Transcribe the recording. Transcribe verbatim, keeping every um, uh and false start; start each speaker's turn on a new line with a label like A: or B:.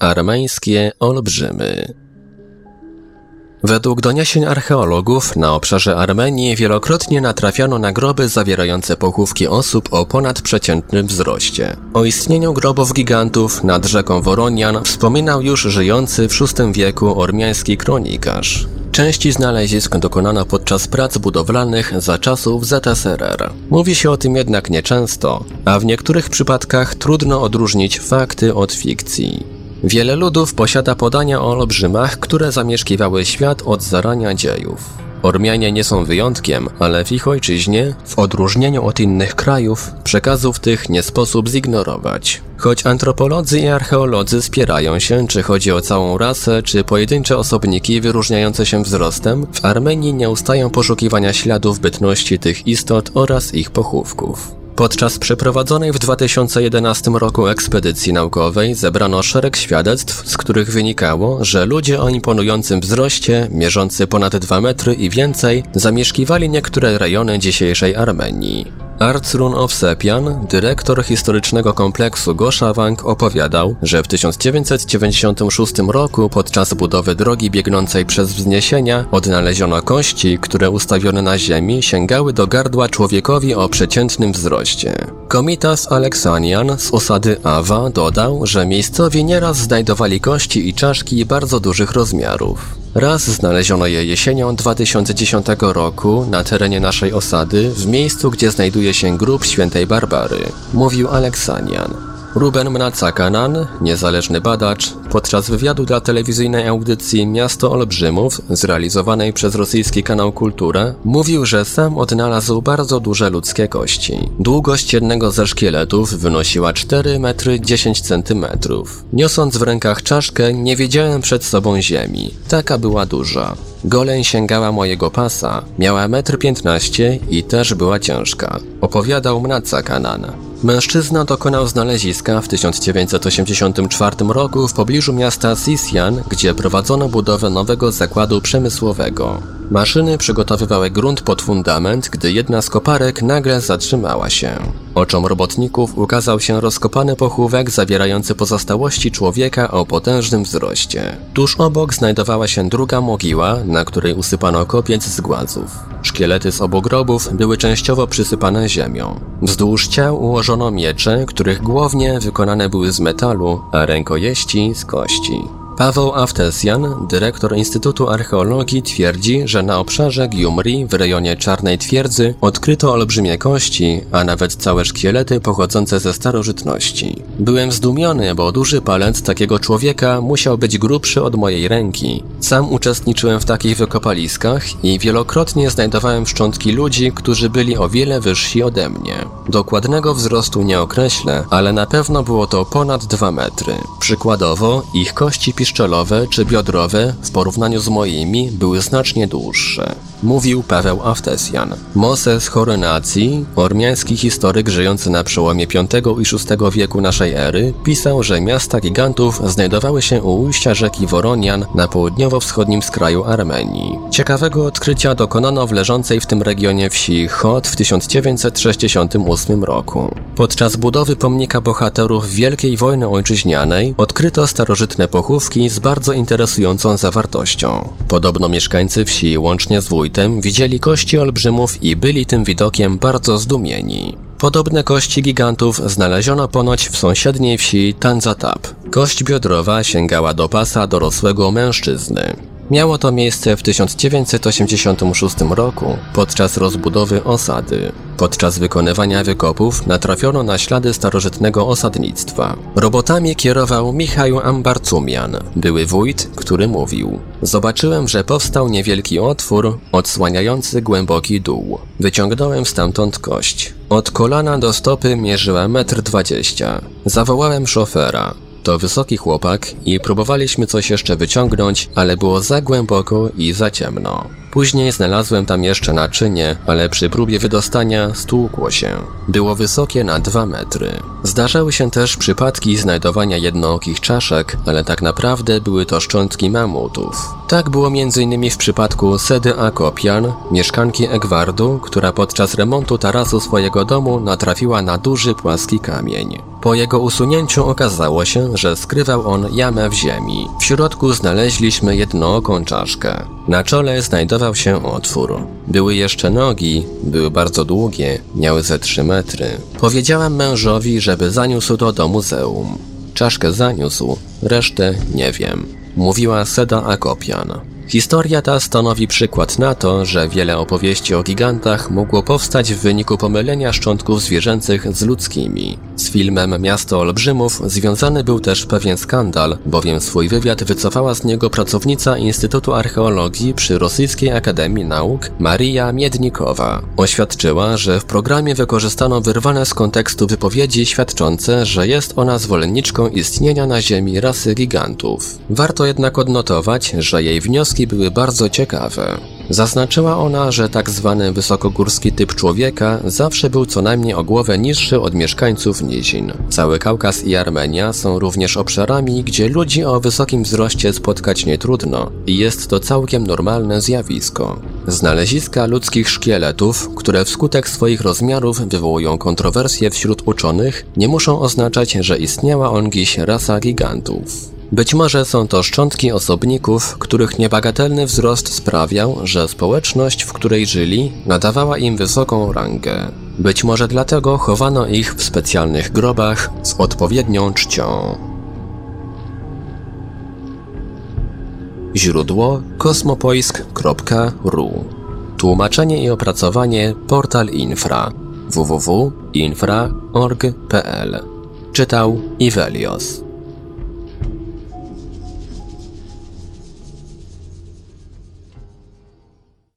A: Armeńskie olbrzymy. Według doniesień archeologów na obszarze Armenii wielokrotnie natrafiano na groby zawierające pochówki osób o ponadprzeciętnym wzroście. O istnieniu grobów gigantów nad rzeką Woronian wspominał już żyjący w szóstym wieku ormiański kronikarz. Części znalezisk dokonano podczas prac budowlanych za czasów Z S R R. Mówi się o tym jednak nieczęsto, a w niektórych przypadkach trudno odróżnić fakty od fikcji. Wiele ludów posiada podania o olbrzymach, które zamieszkiwały świat od zarania dziejów. Ormianie nie są wyjątkiem, ale w ich ojczyźnie, w odróżnieniu od innych krajów, przekazów tych nie sposób zignorować. Choć antropolodzy i archeolodzy spierają się, czy chodzi o całą rasę, czy pojedyncze osobniki wyróżniające się wzrostem, w Armenii nie ustają poszukiwania śladów bytności tych istot oraz ich pochówków. Podczas przeprowadzonej w dwa tysiące jedenastym roku ekspedycji naukowej zebrano szereg świadectw, z których wynikało, że ludzie o imponującym wzroście, mierzący ponad dwa metry i więcej, zamieszkiwali niektóre rejony dzisiejszej Armenii. Artsrun Ovsepian, dyrektor historycznego kompleksu Goszawang, opowiadał, że w tysiąc dziewięćset dziewięćdziesiątym szóstym roku podczas budowy drogi biegnącej przez wzniesienia odnaleziono kości, które ustawione na ziemi sięgały do gardła człowiekowi o przeciętnym wzroście. Komitas Aleksanian z osady Awa dodał, że miejscowi nieraz znajdowali kości i czaszki bardzo dużych rozmiarów. Raz znaleziono je jesienią dwa tysiące dziesiątego roku na terenie naszej osady, w miejscu, gdzie znajduje się grób świętej Barbary, mówił Aleksanian. Ruben Mnacakanan, niezależny badacz, podczas wywiadu dla telewizyjnej audycji Miasto Olbrzymów, zrealizowanej przez rosyjski kanał Kultura, mówił, że sam odnalazł bardzo duże ludzkie kości. Długość jednego ze szkieletów wynosiła cztery metry dziesięć centymetrów. Niosąc w rękach czaszkę, nie widziałem przed sobą ziemi. Taka była duża. Goleń sięgała mojego pasa, miała metr piętnaście i też była ciężka, opowiadał Mnacakanan. Mężczyzna dokonał znaleziska w tysiąc dziewięćset osiemdziesiątym czwartym roku w pobliżu miasta Sisian, gdzie prowadzono budowę nowego zakładu przemysłowego. Maszyny przygotowywały grunt pod fundament, gdy jedna z koparek nagle zatrzymała się. Oczom robotników ukazał się rozkopany pochówek zawierający pozostałości człowieka o potężnym wzroście. Tuż obok znajdowała się druga mogiła, na której usypano kopiec z głazów. Szkielety z obu grobów były częściowo przysypane ziemią. Wzdłuż ciał ułożono miecze, których głownie wykonane były z metalu, a rękojeści z kości. Paweł Aftesjan, dyrektor Instytutu Archeologii, twierdzi, że na obszarze Gyumri w rejonie Czarnej Twierdzy odkryto olbrzymie kości, a nawet całe szkielety pochodzące ze starożytności. Byłem zdumiony, bo duży palec takiego człowieka musiał być grubszy od mojej ręki. Sam uczestniczyłem w takich wykopaliskach i wielokrotnie znajdowałem szczątki ludzi, którzy byli o wiele wyżsi ode mnie. Dokładnego wzrostu nie określę, ale na pewno było to ponad dwa metry. Przykładowo, ich kości piszczelowe czy biodrowe w porównaniu z moimi były znacznie dłuższe, mówił Paweł Aftesjan. Moses Horenaci, ormiański historyk żyjący na przełomie piątego i szóstego wieku naszej ery, pisał, że miasta gigantów znajdowały się u ujścia rzeki Woronian na południowo-wschodnim skraju Armenii. Ciekawego odkrycia dokonano w leżącej w tym regionie wsi Chod w tysiąc dziewięćset sześćdziesiątym ósmym roku. Podczas budowy pomnika bohaterów Wielkiej Wojny Ojczyźnianej odkryto starożytne pochówki z bardzo interesującą zawartością. Podobno mieszkańcy wsi, łącznie z wójtem, widzieli kości olbrzymów i byli tym widokiem bardzo zdumieni. Podobne kości gigantów znaleziono ponoć w sąsiedniej wsi Tanzatap. Kość biodrowa sięgała do pasa dorosłego mężczyzny. Miało to miejsce w tysiąc dziewięćset osiemdziesiątym szóstym roku podczas rozbudowy osady. Podczas wykonywania wykopów natrafiono na ślady starożytnego osadnictwa. Robotami kierował Michał Ambarcumian, były wójt, który mówił: zobaczyłem, że powstał niewielki otwór odsłaniający głęboki dół. Wyciągnąłem stamtąd kość. Od kolana do stopy mierzyła metr dwadzieścia. Zawołałem szofera. To wysoki chłopak i próbowaliśmy coś jeszcze wyciągnąć, ale było za głęboko i za ciemno. Później znalazłem tam jeszcze naczynie, ale przy próbie wydostania stłukło się. Było wysokie na dwa metry. Zdarzały się też przypadki znajdowania jednookich czaszek, ale tak naprawdę były to szczątki mamutów. Tak było między innymi w przypadku Sedy Akopian, mieszkanki Egwardu, która podczas remontu tarasu swojego domu natrafiła na duży płaski kamień. Po jego usunięciu okazało się, że skrywał on jamę w ziemi. W środku znaleźliśmy jednooką czaszkę. Na czole znajdował się otwór. Były jeszcze nogi, były bardzo długie, miały ze trzy metry. Powiedziałam mężowi, żeby zaniósł to do muzeum. Czaszkę zaniósł, resztę nie wiem. Mówiła Seda Akopian. Historia ta stanowi przykład na to, że wiele opowieści o gigantach mogło powstać w wyniku pomylenia szczątków zwierzęcych z ludzkimi. Z filmem Miasto Olbrzymów związany był też pewien skandal, bowiem swój wywiad wycofała z niego pracownica Instytutu Archeologii przy Rosyjskiej Akademii Nauk Maria Miednikowa. Oświadczyła, że w programie wykorzystano wyrwane z kontekstu wypowiedzi świadczące, że jest ona zwolenniczką istnienia na Ziemi rasy gigantów. Warto jednak odnotować, że jej wnioski były bardzo ciekawe. Zaznaczyła ona, że tak zwany wysokogórski typ człowieka zawsze był co najmniej o głowę niższy od mieszkańców nizin. Cały Kaukaz i Armenia są również obszarami, gdzie ludzi o wysokim wzroście spotkać nie trudno i jest to całkiem normalne zjawisko. Znaleziska ludzkich szkieletów, które wskutek swoich rozmiarów wywołują kontrowersje wśród uczonych, nie muszą oznaczać, że istniała ongiś rasa gigantów. Być może są to szczątki osobników, których niebagatelny wzrost sprawiał, że społeczność, w której żyli, nadawała im wysoką rangę. Być może dlatego chowano ich w specjalnych grobach z odpowiednią czcią. Źródło kosmopoisk kropka r u. Tłumaczenie i opracowanie Portal Infra w w w kropka infra kropka org kropka p l. Czytał Ivelios.